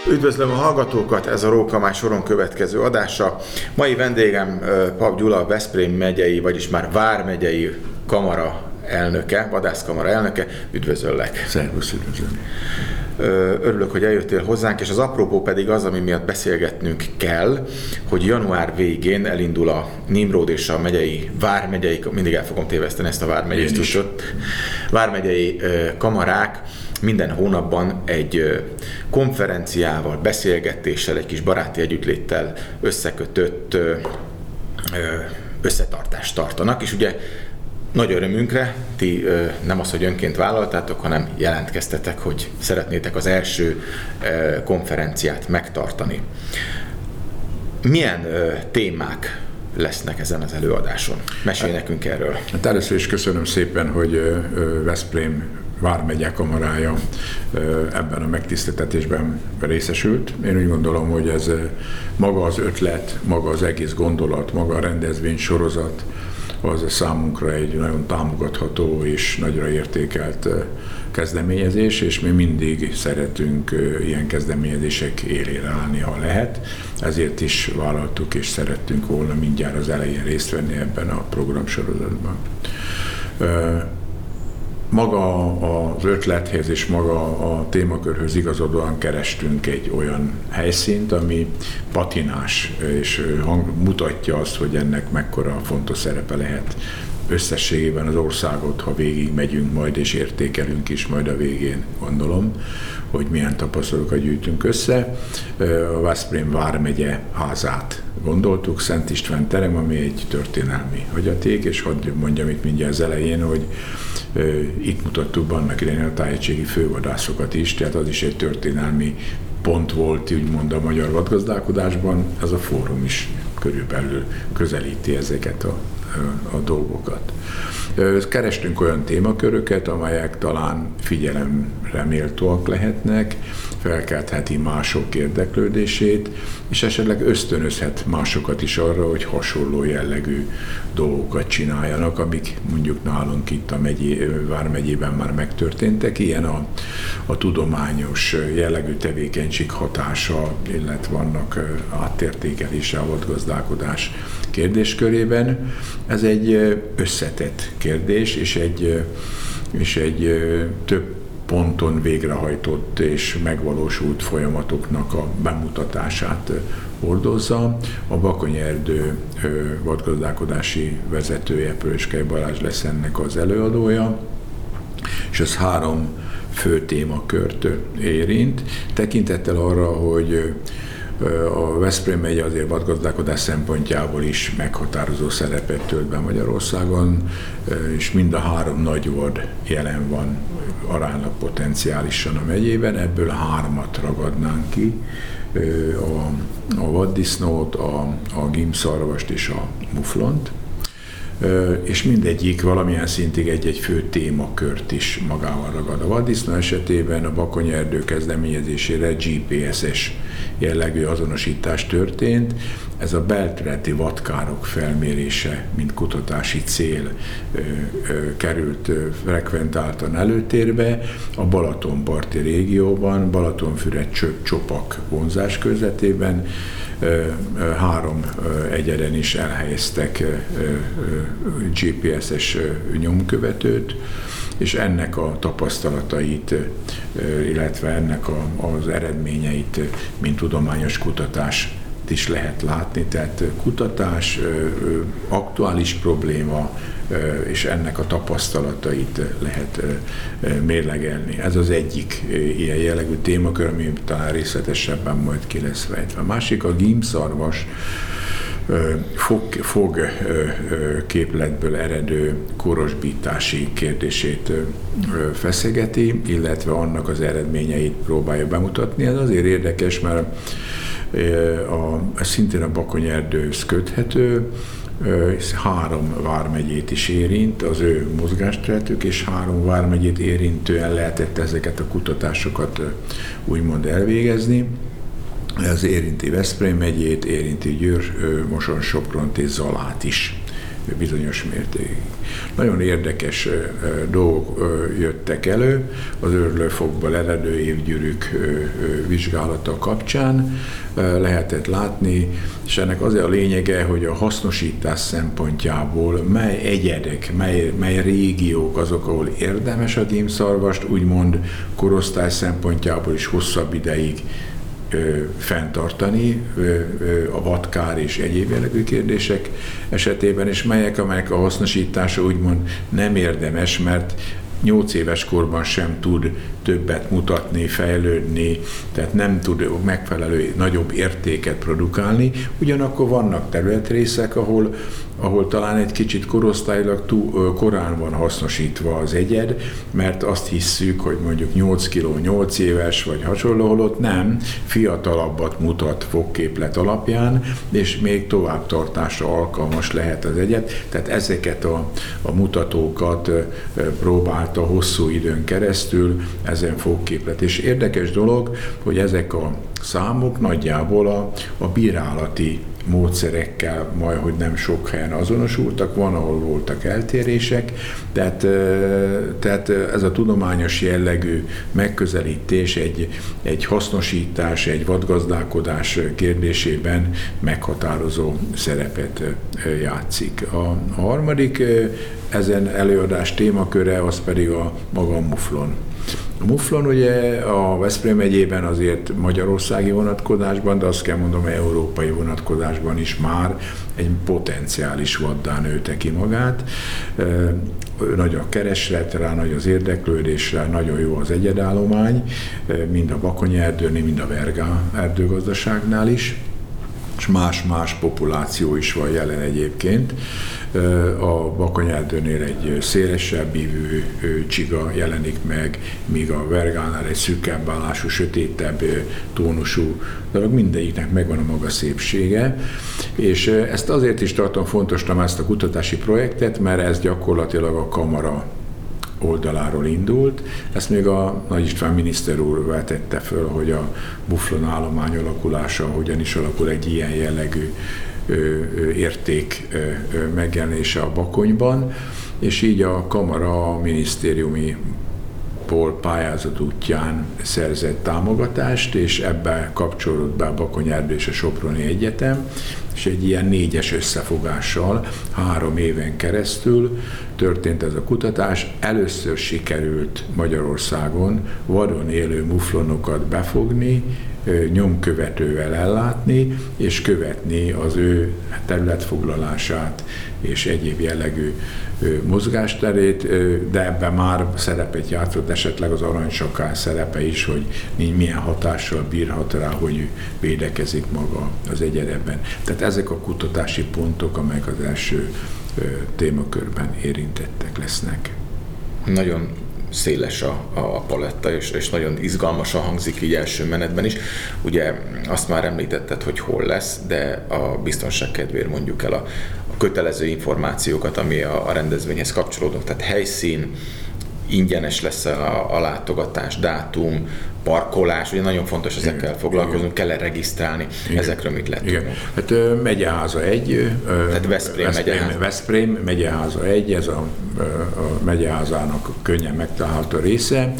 Üdvözlöm a hallgatókat, ez a Rókamány soron következő adása. Mai vendégem Papp Gyula, Veszprém megyei, vagyis már vármegyei kamara elnöke, vadászkamara elnöke. Üdvözöllek! Szervusz, üdvözlöm! Örülök, hogy eljöttél hozzánk, és az apropó pedig az, ami miatt beszélgetnünk kell, hogy január végén elindul a Nimród és a vármegyei, mindig el fogom téveszteni ezt a vármegyei kamarák minden hónapban egy konferenciával, beszélgetéssel, egy kis baráti együttléttel összekötött összetartást tartanak, és ugye nagy örömünkre ti nem az, hogy önként vállaltátok, hanem jelentkeztetek, hogy szeretnétek az első konferenciát megtartani. Milyen témák lesznek ezen az előadáson? Mesélj nekünk erről. Hát először is köszönöm szépen, hogy Veszprém vármegye kamarája ebben a megtiszteltetésben részesült. Én úgy gondolom, hogy ez maga az ötlet, maga az egész gondolat, maga a rendezvény sorozat, az számunkra egy nagyon támogatható és nagyra értékelt kezdeményezés, és mi mindig szeretünk ilyen kezdeményezések élére állni, ha lehet. Ezért is vállaltuk és szerettünk volna mindjárt az elején részt venni ebben a programsorozatban. Maga az ötlethez és maga a témakörhöz igazodóan kerestünk egy olyan helyszínt, ami patinás, és mutatja azt, hogy ennek mekkora fontos szerepe lehet összességében az országot, ha végig megyünk majd és értékelünk is majd a végén, gondolom, hogy milyen tapasztalatokat gyűjtünk össze. A Veszprém vármegye házát gondoltuk, Szent István terem, ami egy történelmi hagyaték, és hadd mondjam itt mindjárt az elején, hogy itt mutattuk annak idején a tájegységi fővadászokat is, tehát az is egy történelmi pont volt, úgymond a magyar vadgazdálkodásban, ez a fórum is körülbelül közelíti ezeket a dolgokat. Kerestünk olyan témaköröket, amelyek talán figyelemre méltóak lehetnek, felkeltheti mások érdeklődését, és esetleg ösztönözhet másokat is arra, hogy hasonló jellegű dolgokat csináljanak, amik mondjuk nálunk itt a vármegyében már megtörténtek. Ilyen a tudományos jellegű tevékenység hatása, illetve vannak átértékelése a vadgazdálkodás kérdéskörében. Ez egy összetett kérdés, és egy több ponton végrehajtott és megvalósult folyamatoknak a bemutatását hordozza. A Bakonyerdő vadgazdálkodási vezetője, Pöröskei Balázs lesz ennek az előadója, és ez 3 fő témakört érint, tekintettel arra, hogy a Veszprém megye azért vadgazdálkodás szempontjából is meghatározó szerepet tölt be Magyarországon, és mind a 3 nagy vad jelen van aránylag potenciálisan a megyében, ebből 3-at ragadnánk ki, a vaddisznót, a gimbszarvast és a muflont, és mindegyik valamilyen szintig egy-egy fő témakört is magával ragad. A vaddisznó esetében a Bakonyerdő kezdeményezésére GPS-es jellegű azonosítás történt. Ez a belterületi vadkárok felmérése, mint kutatási cél került frekventáltan előtérbe a Balatonparti régióban, Balatonfüred, Csöpp-Csopak vonzás közvetében. 3 egyeden is elhelyeztek GPS-es nyomkövetőt, és ennek a tapasztalatait, illetve ennek az eredményeit, mint tudományos kutatás is lehet látni, tehát kutatás, aktuális probléma, és ennek a tapasztalatait lehet mérlegelni. Ez az egyik ilyen jellegű témakör, ami talán részletesebben majd ki lesz fejtve. A másik a gimbszarvas fog képletből eredő korosbítási kérdését feszegeti, illetve annak az eredményeit próbálja bemutatni. Ez azért érdekes, mert szintén a Bakonyerdőhöz köthető, 3 vármegyét is érint, az ő mozgásterületük, és 3 vármegyét érintően lehetett ezeket a kutatásokat úgymond elvégezni. Ez érinti Veszprém megyét, érinti Győr, Moson, Sopront és Zalát is. bizonyos mértékig. Nagyon érdekes dolgok jöttek elő az őrlőfokból eredő évgyűrűk vizsgálata kapcsán. Lehetett látni, és ennek az a lényege, hogy a hasznosítás szempontjából mely egyedek, mely régiók azok, ahol érdemes a dímszarvast, úgymond korosztály szempontjából is hosszabb ideig fenntartani a vadkár és egyéb jellegű kérdések esetében, és amelyek a hasznosítása úgymond nem érdemes, mert 8 éves korban sem tud többet mutatni, fejlődni, tehát nem tud megfelelő nagyobb értéket produkálni. Ugyanakkor vannak területrészek, ahol talán egy kicsit korosztályilag korán van hasznosítva az egyed, mert azt hisszük, hogy mondjuk 8 kiló 8 éves, vagy hasonló, holott nem, fiatalabbat mutat fogképlet alapján, és még továbbtartásra alkalmas lehet az egyed. Tehát ezeket a mutatókat próbálta hosszú időn keresztül ezen fogképlet. És érdekes dolog, hogy ezek a számok nagyjából a bírálati módszerekkel majdhogy nem sok helyen azonosultak, van, ahol voltak eltérések, tehát ez a tudományos jellegű megközelítés egy hasznosítás, egy vadgazdálkodás kérdésében meghatározó szerepet játszik. A harmadik ezen előadás témaköre az pedig a maga muflon. A muflon ugye a Veszprém megyében azért magyarországi vonatkozásban, de azt kell mondom, hogy európai vonatkozásban is már egy potenciális vaddá nőtte ki magát. Nagy a kereslet rá, nagy az érdeklődés rá, nagyon jó az egyedállomány, mind a Bakony-erdőnél, mind a Vergá erdőgazdaságnál is, és más-más populáció is van jelen egyébként. A Bakony-erdőnél egy szélesebb ívű csiga jelenik meg, míg a Vergánál egy szűkebb állású, sötétebb tónusú dolog, mindegyiknek megvan a maga szépsége. És ezt azért is tartom fontosnak ezt a kutatási projektet, mert ez gyakorlatilag a kamara oldaláról indult. Ezt még a Nagy István miniszter úr vetette föl, hogy a muflon állomány alakulása hogyan is alakul egy ilyen jellegű érték megjelenése a Bakonyban, és így a kamara a minisztériumi pályázat útján szerzett támogatást, és ebbe kapcsolódott be a Bakony-erdő és a Soproni Egyetem, és egy ilyen 4-es összefogással 3 éven keresztül történt ez a kutatás. Először sikerült Magyarországon vadon élő muflonokat befogni, nyomkövetővel ellátni, és követni az ő területfoglalását és egyéb jellegű mozgásterét, de ebben már szerepet játszott esetleg az aranysakál szerepe is, hogy milyen hatással bírhat rá, hogy védekezik maga az egyedben. Tehát ezek a kutatási pontok, amelyek az első témakörben érintettek lesznek. Nagyon széles a paletta, és nagyon izgalmasan hangzik így első menetben is. Ugye azt már említetted, hogy hol lesz, de a biztonság kedvéért mondjuk el a kötelező információkat, ami a rendezvényhez kapcsolódnak, tehát helyszín, ingyenes lesz a látogatás, dátum, parkolás, ugye nagyon fontos ezekkel foglalkozunk, kell regisztrálni, ezekről mit lehet tudnunk? Hát Megyeháza 1, tehát Veszprém Megyeháza 1, ez a megyeházának könnyen megtalálható része.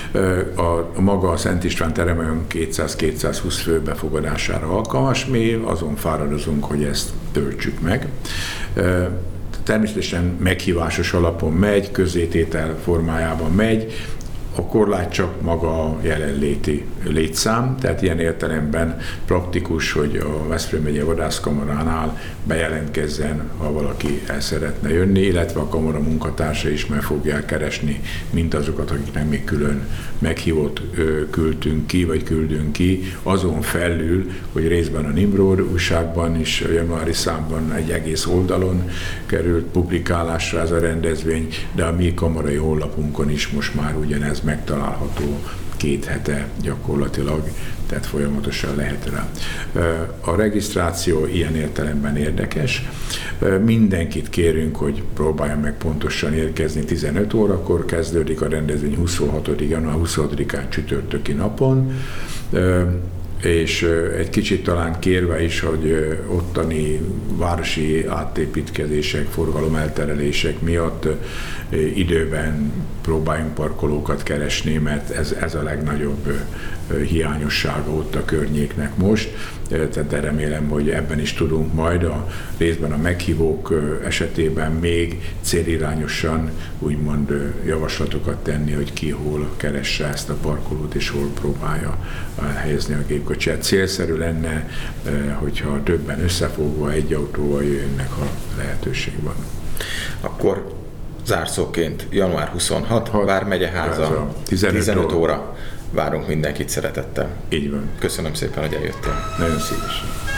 A maga a Szent István terem olyan 200-220 fő befogadására alkalmas, mi azon fáradozunk, hogy ezt töltsük meg. Természetesen meghívásos alapon megy, közzététel formájában megy, a korlát csak maga a jelenléti létszám, tehát ilyen értelemben praktikus, hogy a Veszprém megye vadászkamaránál bejelentkezzen, ha valaki el szeretne jönni, illetve a kamara munkatársa is meg fogják keresni mindazokat, akiknek még külön meghívót küldtünk ki, vagy küldünk ki, azon felül, hogy részben a Nimrod újságban is, a januári számban egy egész oldalon került publikálásra ez a rendezvény, de a mi kamarai honlapunkon is most már ugyanez megtalálható 2 hete gyakorlatilag, tehát folyamatosan lehet rá. A regisztráció ilyen értelemben érdekes. Mindenkit kérünk, hogy próbáljon meg pontosan érkezni. 15 órakor kezdődik a rendezvény 26. január 26-án csütörtöki napon. és egy kicsit talán kérve is, hogy ottani városi átépítkezések, forgalomelterelések miatt időben próbáljunk parkolókat keresni, mert ez a legnagyobb hiányossága ott a környéknek most, de remélem, hogy ebben is tudunk majd a részben a meghívók esetében még célirányosan úgymond javaslatokat tenni, hogy ki hol keresse ezt a parkolót és hol próbálja helyezni a gépkocsiját. Célszerű lenne, hogyha többen összefogva egy autóval jönnek, ha lehetőség van. Akkor zárszóként január 26, Vármegyeháza, 15 óra. Várunk mindenkit szeretettel. Így van. Köszönöm szépen, hogy eljöttél. Nagyon szívesen.